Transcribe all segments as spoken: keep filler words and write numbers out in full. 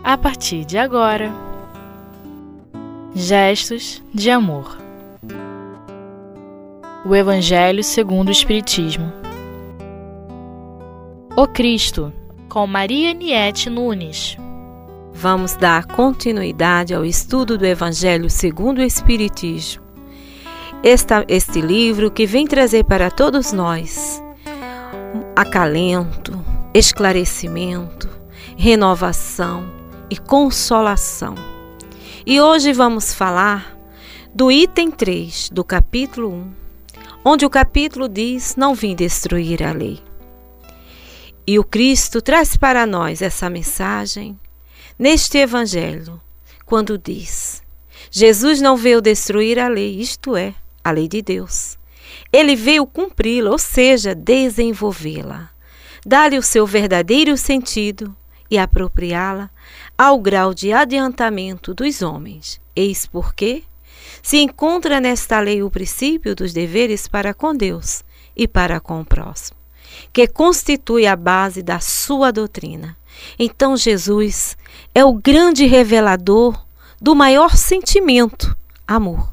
a partir de agora. Gestos de amor. O Evangelho segundo o Espiritismo. O Cristo, com Maria Niete Nunes. Vamos dar continuidade ao estudo do Evangelho segundo o Espiritismo. Esta, este livro que vem trazer para todos nós acalento, esclarecimento, renovação e consolação. E hoje vamos falar do item três do capítulo um, onde o capítulo diz: não vim destruir a lei. E o Cristo traz para nós essa mensagem neste Evangelho, quando diz: Jesus não veio destruir a lei, isto é, a lei de Deus. Ele veio cumpri-la, ou seja, desenvolvê-la, dar-lhe o seu verdadeiro sentido e apropriá-la ao grau de adiantamento dos homens. Eis porque se encontra nesta lei o princípio dos deveres para com Deus e para com o próximo, que constitui a base da sua doutrina. Então Jesus é o grande revelador do maior sentimento, amor.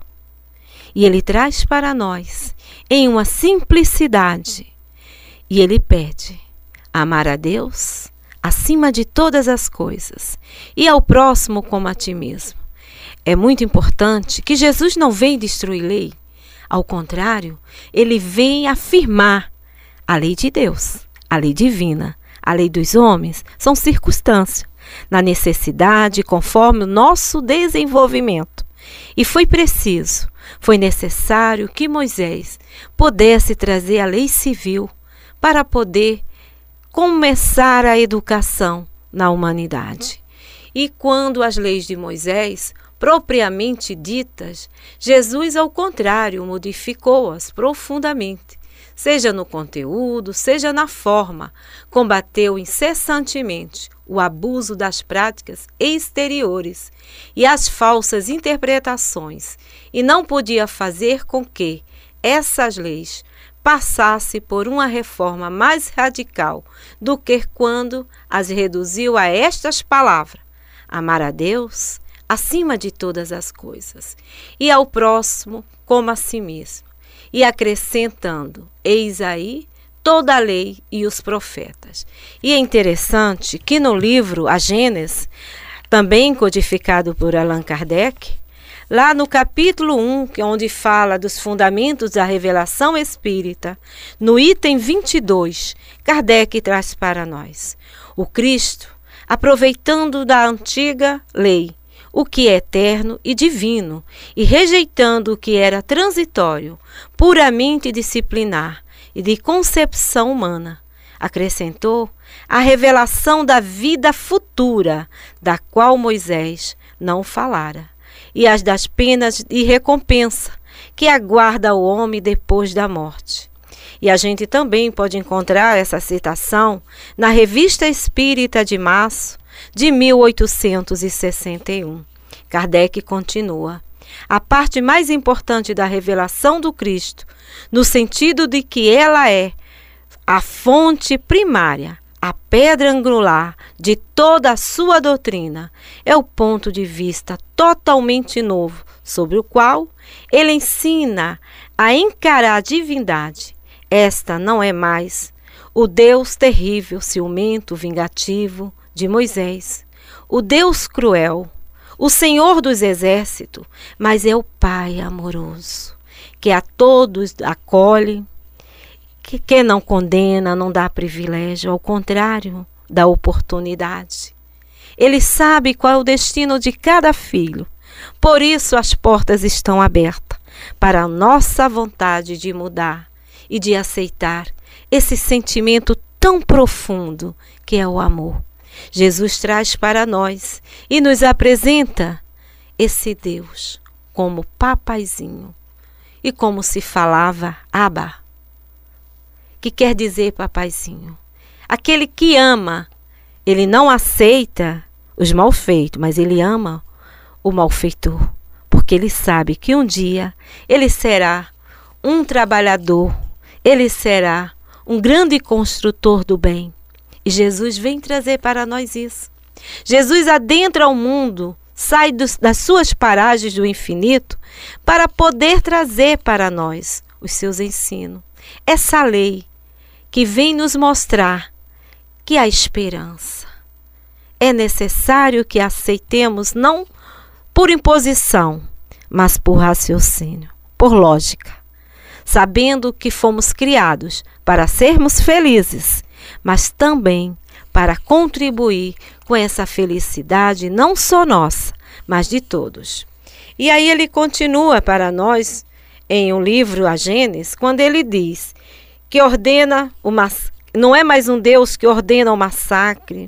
E ele traz para nós em uma simplicidade. E ele pede amar a Deus acima de todas as coisas e ao próximo como a ti mesmo. É muito importante que Jesus não vem destruir lei. Ao contrário, ele vem afirmar a lei de Deus, a lei divina. A lei dos homens são circunstâncias, na necessidade, conforme o nosso desenvolvimento. E foi preciso, foi necessário que Moisés pudesse trazer a lei civil para poder começar a educação na humanidade. E quando as leis de Moisés, propriamente ditas, Jesus, ao contrário, modificou-as profundamente. Seja no conteúdo, seja na forma, combateu incessantemente o abuso das práticas exteriores e as falsas interpretações, e não podia fazer com que essas leis passassem por uma reforma mais radical do que quando as reduziu a estas palavras: amar a Deus acima de todas as coisas e ao próximo como a si mesmo. E acrescentando: eis aí toda a lei e os profetas. E é interessante que no livro A Gênesis, também codificado por Allan Kardec, lá no capítulo um, que é onde fala dos fundamentos da revelação espírita, no item vinte e dois, Kardec traz para nós: o Cristo, aproveitando da antiga lei o que é eterno e divino, e rejeitando o que era transitório, puramente disciplinar e de concepção humana, acrescentou a revelação da vida futura, da qual Moisés não falara, e as das penas e recompensa que aguarda o homem depois da morte. E a gente também pode encontrar essa citação na Revista Espírita de março de mil oitocentos e sessenta e um. Kardec continua: a parte mais importante da revelação do Cristo, no sentido de que ela é a fonte primária, a pedra angular de toda a sua doutrina, é o ponto de vista totalmente novo, sobre o qual ele ensina a encarar a divindade. Esta não é mais o Deus terrível, ciumento, vingativo de Moisés, o Deus cruel, o Senhor dos exércitos, mas é o Pai amoroso, que a todos acolhe, que, que não condena, não dá privilégio, ao contrário, dá oportunidade. Ele sabe qual é o destino de cada filho, por isso as portas estão abertas para a nossa vontade de mudar e de aceitar esse sentimento tão profundo que é o amor. Jesus traz para nós e nos apresenta esse Deus como papaizinho. E como se falava Abba, que quer dizer papaizinho. Aquele que ama, ele não aceita os malfeitos, mas ele ama o malfeitor, porque ele sabe que um dia ele será um trabalhador, ele será um grande construtor do bem. E Jesus vem trazer para nós isso. Jesus adentra o mundo, sai dos, das suas paragens do infinito para poder trazer para nós os seus ensinos. Essa lei que vem nos mostrar que há esperança. É necessário que aceitemos não por imposição, mas por raciocínio, por lógica, sabendo que fomos criados para sermos felizes, mas também para contribuir com essa felicidade não só nossa, mas de todos. E aí ele continua para nós em um livro, a Gênesis, quando ele diz que ordena uma, não é mais um Deus que ordena o massacre,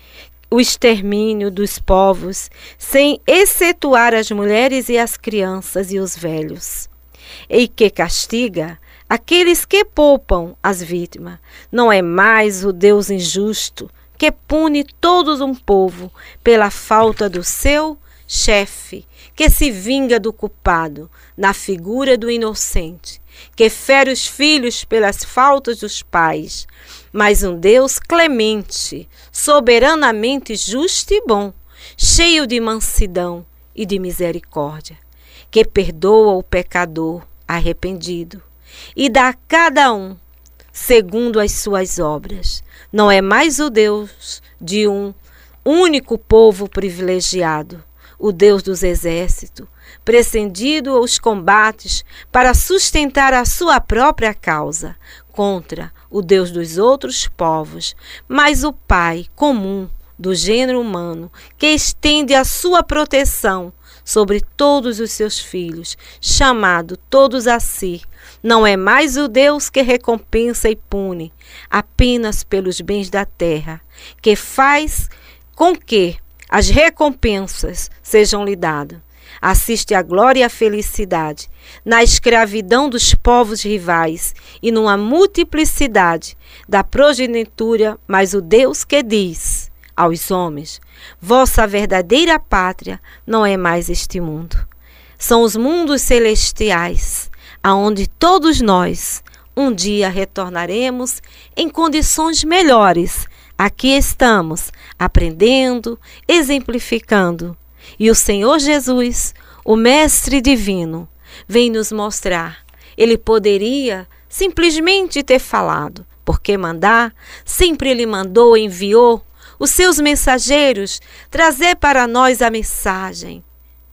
o extermínio dos povos, sem excetuar as mulheres e as crianças e os velhos, e que castiga aqueles que poupam as vítimas. Não é mais o Deus injusto que pune todo um povo pela falta do seu chefe, que se vinga do culpado na figura do inocente, que fere os filhos pelas faltas dos pais, mas um Deus clemente, soberanamente justo e bom, cheio de mansidão e de misericórdia, que perdoa o pecador arrependido e dá a cada um segundo as suas obras. Não é mais o Deus de um único povo privilegiado, o Deus dos exércitos, prescindido aos combates para sustentar a sua própria causa contra o Deus dos outros povos, mas o Pai comum do gênero humano, que estende a sua proteção sobre todos os seus filhos, chamado todos a si. Não é mais o Deus que recompensa e pune apenas pelos bens da terra, que faz com que as recompensas sejam lhe dadas. Assiste a glória e a felicidade na escravidão dos povos rivais e numa multiplicidade da progenitura, mas o Deus que diz aos homens: vossa verdadeira pátria não é mais este mundo. São os mundos celestiais, aonde todos nós um dia retornaremos em condições melhores. Aqui estamos aprendendo, exemplificando. E o Senhor Jesus, o Mestre Divino, vem nos mostrar. Ele poderia simplesmente ter falado, porque mandar, sempre ele mandou, enviou os seus mensageiros trazer para nós a mensagem.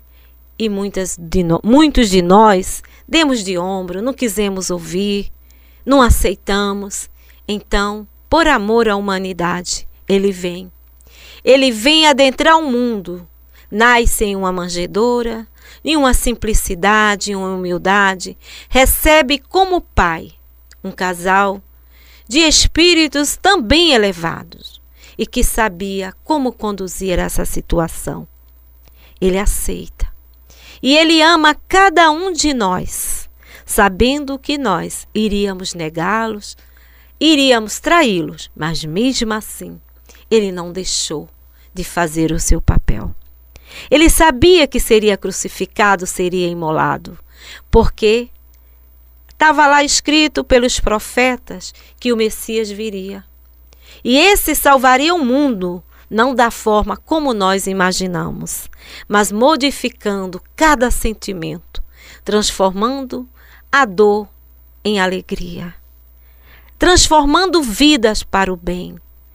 E muitas de no, muitos de nós demos de ombro, não quisemos ouvir, não aceitamos. Então, por amor à humanidade, ele vem. Ele vem adentrar o mundo. Nasce em uma manjedoura, em uma simplicidade, em uma humildade. Recebe como pai um casal de espíritos também elevados e que sabia como conduzir essa situação. Ele aceita. E ele ama cada um de nós, sabendo que nós iríamos negá-los, iríamos traí-los, mas mesmo assim, ele não deixou de fazer o seu papel. Ele sabia que seria crucificado, seria imolado, porque estava lá escrito pelos profetas que o Messias viria. E esse salvaria o mundo, não da forma como nós imaginamos, mas modificando cada sentimento, transformando a dor em alegria, transformando vidas para o bem,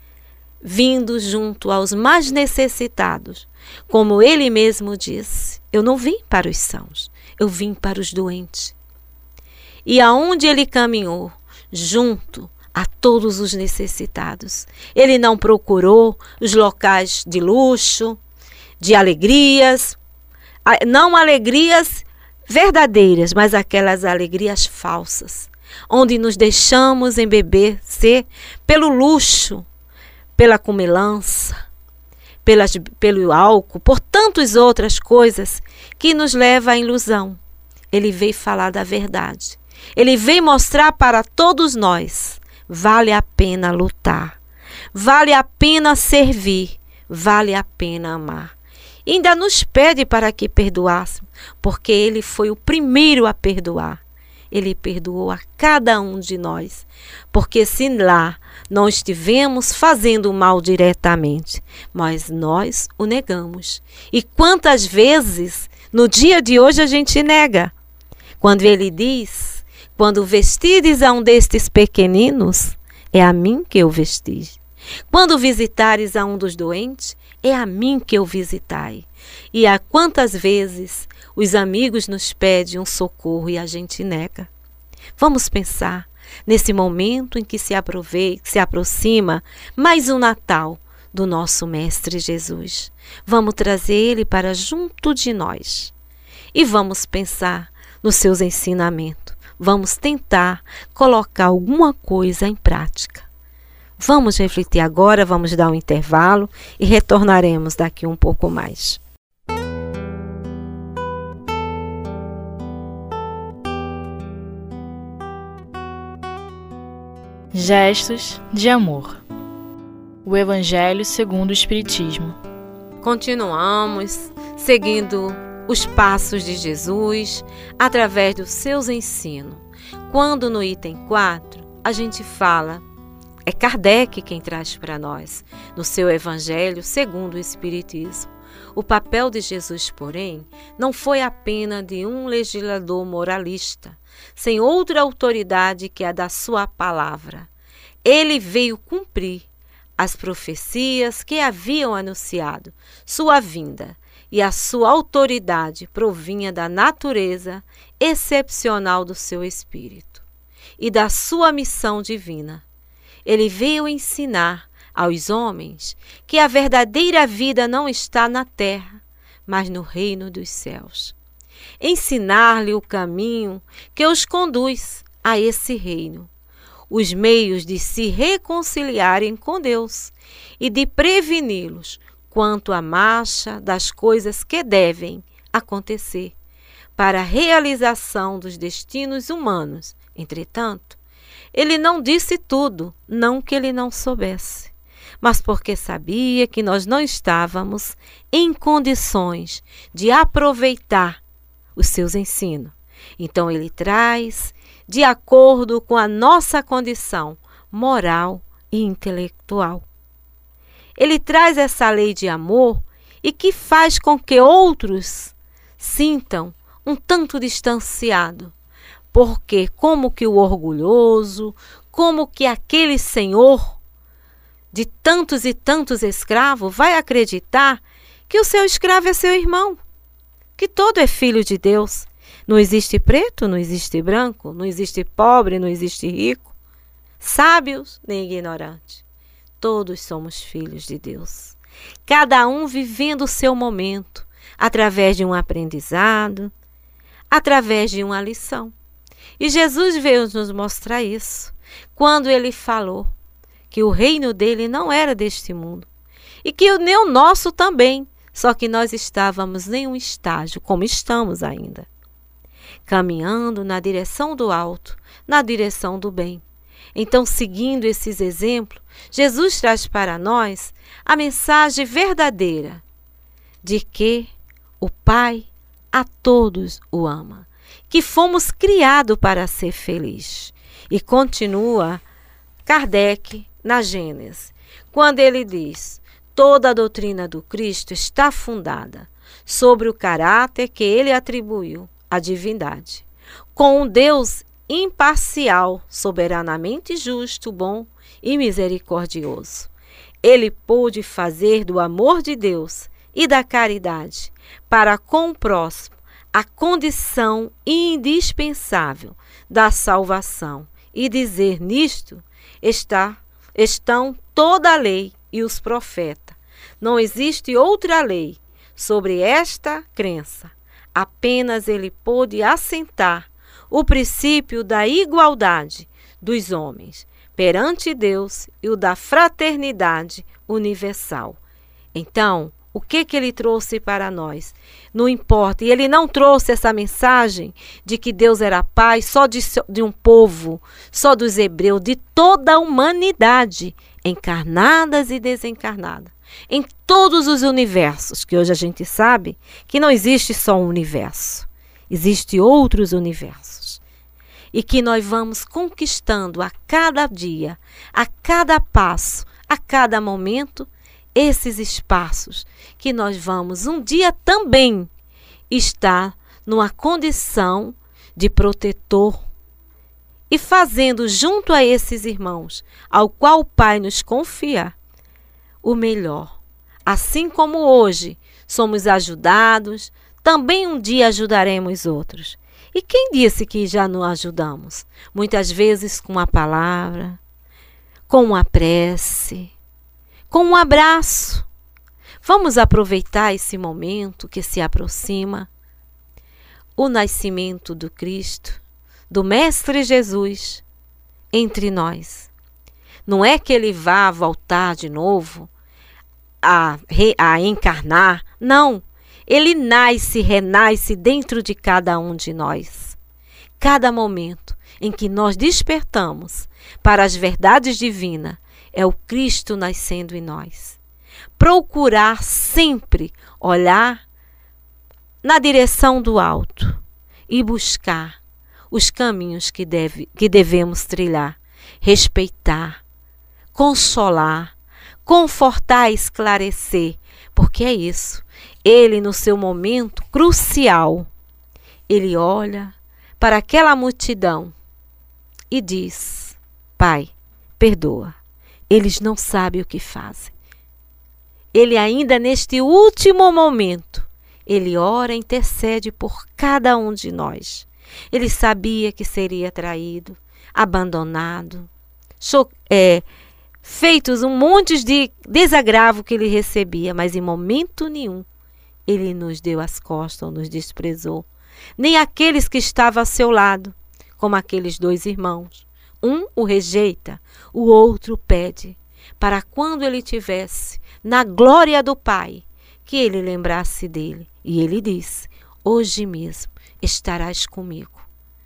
vindo junto aos mais necessitados. Como ele mesmo disse, eu não vim para os sãos, eu vim para os doentes. E aonde ele caminhou, junto a todos os necessitados. Ele não procurou os locais de luxo, de alegrias, não alegrias verdadeiras, mas aquelas alegrias falsas, onde nos deixamos embebecer pelo luxo, pela comilança, pelas, pelo álcool, por tantas outras coisas que nos leva à ilusão. Ele veio falar da verdade. Ele veio mostrar para todos nós: vale a pena lutar, vale a pena servir, vale a pena amar. E ainda nos pede para que perdoássemos, porque ele foi o primeiro a perdoar. Ele perdoou a cada um de nós, porque se lá não estivemos fazendo o mal diretamente, mas nós o negamos. E quantas vezes no dia de hoje a gente nega? Quando ele diz, quando vestides a um destes pequeninos, é a mim que eu vesti. Quando visitares a um dos doentes, é a mim que eu visitai. E há quantas vezes os amigos nos pedem um socorro e a gente nega. Vamos pensar nesse momento em que se, aproveita, se aproxima mais um Natal do nosso Mestre Jesus. Vamos trazer ele para junto de nós. E vamos pensar nos seus ensinamentos. Vamos tentar colocar alguma coisa em prática. Vamos refletir agora, vamos dar um intervalo e retornaremos daqui um pouco mais. Gestos de amor. O Evangelho segundo o Espiritismo. Continuamos seguindo os passos de Jesus através dos seus ensinos. Quando no item quatro a gente fala, é Kardec quem traz para nós, no seu Evangelho segundo o Espiritismo. O papel de Jesus, porém, não foi apenas de um legislador moralista, sem outra autoridade que a da sua palavra. Ele veio cumprir as profecias que haviam anunciado sua vinda, e a sua autoridade provinha da natureza excepcional do seu espírito e da sua missão divina. Ele veio ensinar aos homens que a verdadeira vida não está na terra, mas no reino dos céus. Ensinar-lhe o caminho que os conduz a esse reino, os meios de se reconciliarem com Deus e de preveni-los quanto à marcha das coisas que devem acontecer para a realização dos destinos humanos. Entretanto, ele não disse tudo, não que ele não soubesse, mas porque sabia que nós não estávamos em condições de aproveitar os seus ensinos. Então ele traz de acordo com a nossa condição moral e intelectual. Ele traz essa lei de amor e que faz com que outros sintam um tanto distanciado. Porque como que o orgulhoso, como que aquele senhor de tantos e tantos escravos vai acreditar que o seu escravo é seu irmão, que todo é filho de Deus. Não existe preto, não existe branco, não existe pobre, não existe rico, sábios nem ignorantes. Todos somos filhos de Deus. Cada um vivendo o seu momento, através de um aprendizado, através de uma lição. E Jesus veio nos mostrar isso, quando ele falou que o reino dele não era deste mundo, e que nem o nosso também, só que nós estávamos em um estágio, como estamos ainda, caminhando na direção do alto, na direção do bem. Então, seguindo esses exemplos, Jesus traz para nós a mensagem verdadeira de que o Pai a todos o ama, que fomos criados para ser felizes. E continua Kardec na Gênesis, quando ele diz: toda a doutrina do Cristo está fundada sobre o caráter que ele atribuiu à divindade, com um Deus imparcial, soberanamente justo, bom e misericordioso. Ele pôde fazer do amor de Deus e da caridade para com o próximo a condição indispensável da salvação e dizer: nisto está, estão toda a lei e os profetas. Não existe outra lei sobre esta crença. Apenas ele pôde assentar o princípio da igualdade dos homens perante Deus e o da fraternidade universal. Então, o que que ele trouxe para nós? Não importa. E ele não trouxe essa mensagem de que Deus era pai só de, de um povo, só dos hebreus, de toda a humanidade, encarnadas e desencarnadas, em todos os universos, que hoje a gente sabe que não existe só um universo, existe outros universos. e que nós vamos conquistando a cada dia, a cada passo, a cada momento, esses espaços que nós vamos um dia também estar numa condição de protetor e fazendo junto a esses irmãos, ao qual o Pai nos confia, o melhor. Assim como hoje somos ajudados, também um dia ajudaremos outros. E quem disse que já não ajudamos? Muitas vezes com uma palavra, com uma prece, com um abraço. Vamos aproveitar esse momento que se aproxima. O nascimento do Cristo, do Mestre Jesus, entre nós. Não é que ele vá voltar de novo a, a encarnar, não. Ele nasce, renasce dentro de cada um de nós. Cada momento em que nós despertamos para as verdades divinas é o Cristo nascendo em nós. Procurar sempre olhar na direção do alto e buscar os caminhos que, deve, que devemos trilhar, respeitar, consolar, confortar, esclarecer, porque é isso. Ele, no seu momento crucial, ele olha para aquela multidão e diz: Pai, perdoa, eles não sabem o que fazem. Ele ainda neste último momento, ele ora e intercede por cada um de nós. Ele sabia que seria traído, abandonado, cho- é, feitos um monte de desagravo que ele recebia, mas em momento nenhum ele nos deu as costas ou nos desprezou. Nem aqueles que estavam ao seu lado, como aqueles dois irmãos. Um o rejeita, o outro pede, para quando ele tivesse na glória do Pai, que ele lembrasse dele. E ele disse: hoje mesmo estarás comigo,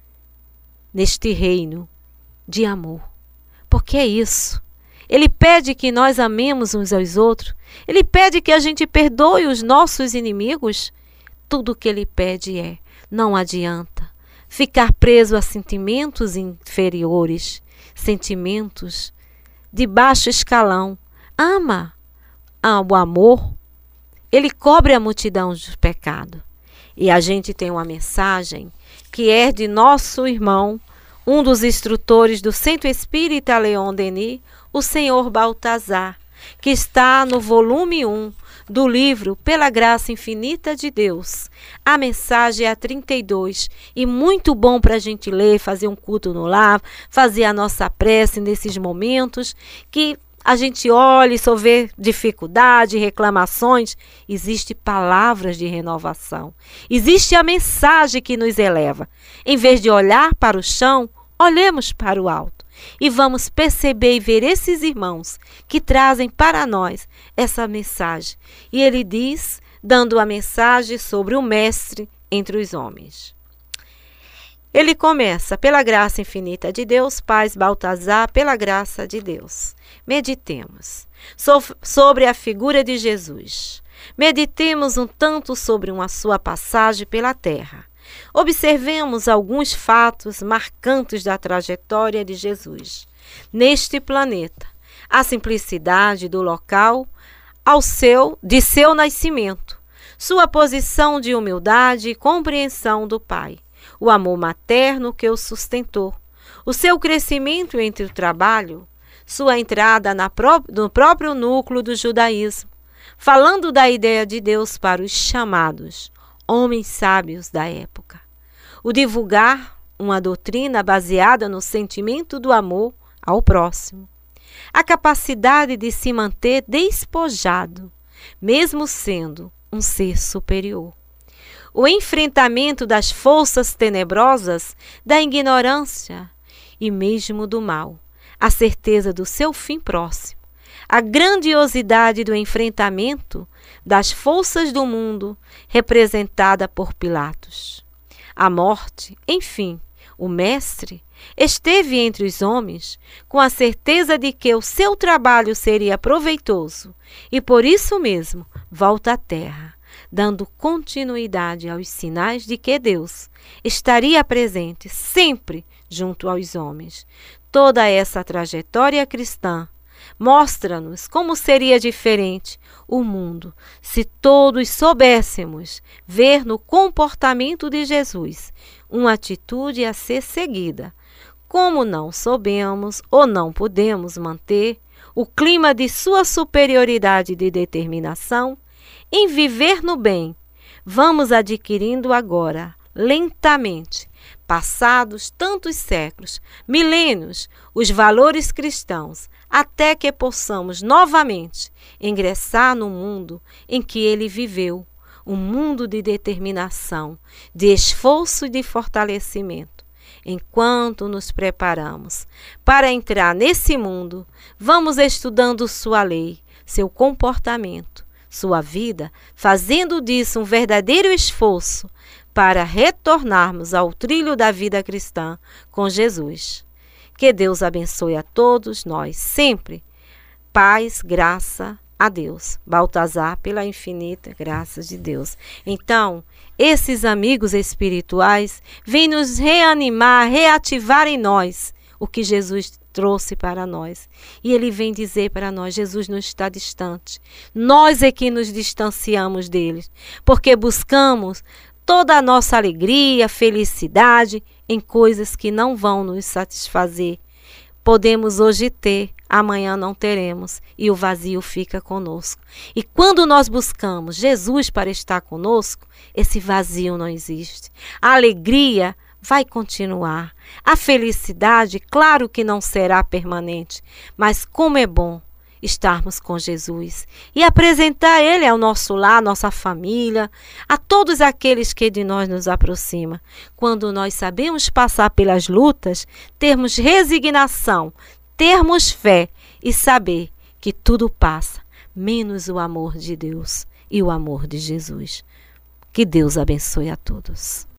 neste reino de amor. Porque é isso. Ele pede que nós amemos uns aos outros. Ele pede que a gente perdoe os nossos inimigos. Tudo o que ele pede é: não adianta ficar preso a sentimentos inferiores, sentimentos de baixo escalão. Ama. Ah, o amor, ele cobre a multidão dos pecados. E a gente tem uma mensagem que é de nosso irmão, um dos instrutores do Centro Espírita Leon Denis, o senhor Baltazar, que está no volume um do livro Pela Graça Infinita de Deus. A mensagem é a trinta e dois, e muito bom para a gente ler, fazer um culto no lar, fazer a nossa prece nesses momentos que a gente olha e só vê dificuldade, reclamações. Existem palavras de renovação. Existe a mensagem que nos eleva. Em vez de olhar para o chão, olhemos para o alto. E vamos perceber e ver esses irmãos que trazem para nós essa mensagem. E ele diz, dando a mensagem sobre o Mestre entre os homens. Ele começa: pela graça infinita de Deus, Paz Baltazar, pela graça de Deus. Meditemos so- sobre a figura de Jesus. Meditemos um tanto sobre uma sua passagem pela terra. Observemos alguns fatos marcantes da trajetória de Jesus neste planeta. A simplicidade do local ao seu, de seu nascimento, sua posição de humildade e compreensão do Pai, o amor materno que o sustentou, o seu crescimento entre o trabalho, sua entrada na pró- no próprio núcleo do judaísmo, falando da ideia de Deus para os chamados homens sábios da época. O divulgar uma doutrina baseada no sentimento do amor ao próximo. A capacidade de se manter despojado, mesmo sendo um ser superior. O enfrentamento das forças tenebrosas, da ignorância e mesmo do mal. A certeza do seu fim próximo. A grandiosidade do enfrentamento das forças do mundo, representada por Pilatos. A morte, enfim, o Mestre esteve entre os homens com a certeza de que o seu trabalho seria proveitoso e por isso mesmo volta à terra, dando continuidade aos sinais de que Deus estaria presente sempre junto aos homens. Toda essa trajetória cristã mostra-nos como seria diferente o mundo se todos soubéssemos ver no comportamento de Jesus uma atitude a ser seguida. Como não soubemos ou não podemos manter o clima de sua superioridade de determinação em viver no bem, vamos adquirindo agora, lentamente, passados tantos séculos, milênios, os valores cristãos, até que possamos novamente ingressar no mundo em que ele viveu, um mundo de determinação, de esforço e de fortalecimento. Enquanto nos preparamos para entrar nesse mundo, vamos estudando sua lei, seu comportamento, sua vida, fazendo disso um verdadeiro esforço para retornarmos ao trilho da vida cristã com Jesus. Que Deus abençoe a todos nós sempre. Paz, graça a Deus. Baltazar, pela infinita graça de Deus. Então, esses amigos espirituais vêm nos reanimar, reativar em nós o que Jesus trouxe para nós. E ele vem dizer para nós, Jesus não está distante. Nós é que nos distanciamos dele, porque buscamos toda a nossa alegria, felicidade em coisas que não vão nos satisfazer. Podemos hoje ter, amanhã não teremos, e o vazio fica conosco. E quando nós buscamos Jesus para estar conosco, esse vazio não existe. A alegria vai continuar. A felicidade, claro que não será permanente, mas como é bom estarmos com Jesus e apresentar Ele ao nosso lar, nossa família, a todos aqueles que de nós nos aproximam. Quando nós sabemos passar pelas lutas, termos resignação, termos fé e saber que tudo passa, menos o amor de Deus e o amor de Jesus. Que Deus abençoe a todos.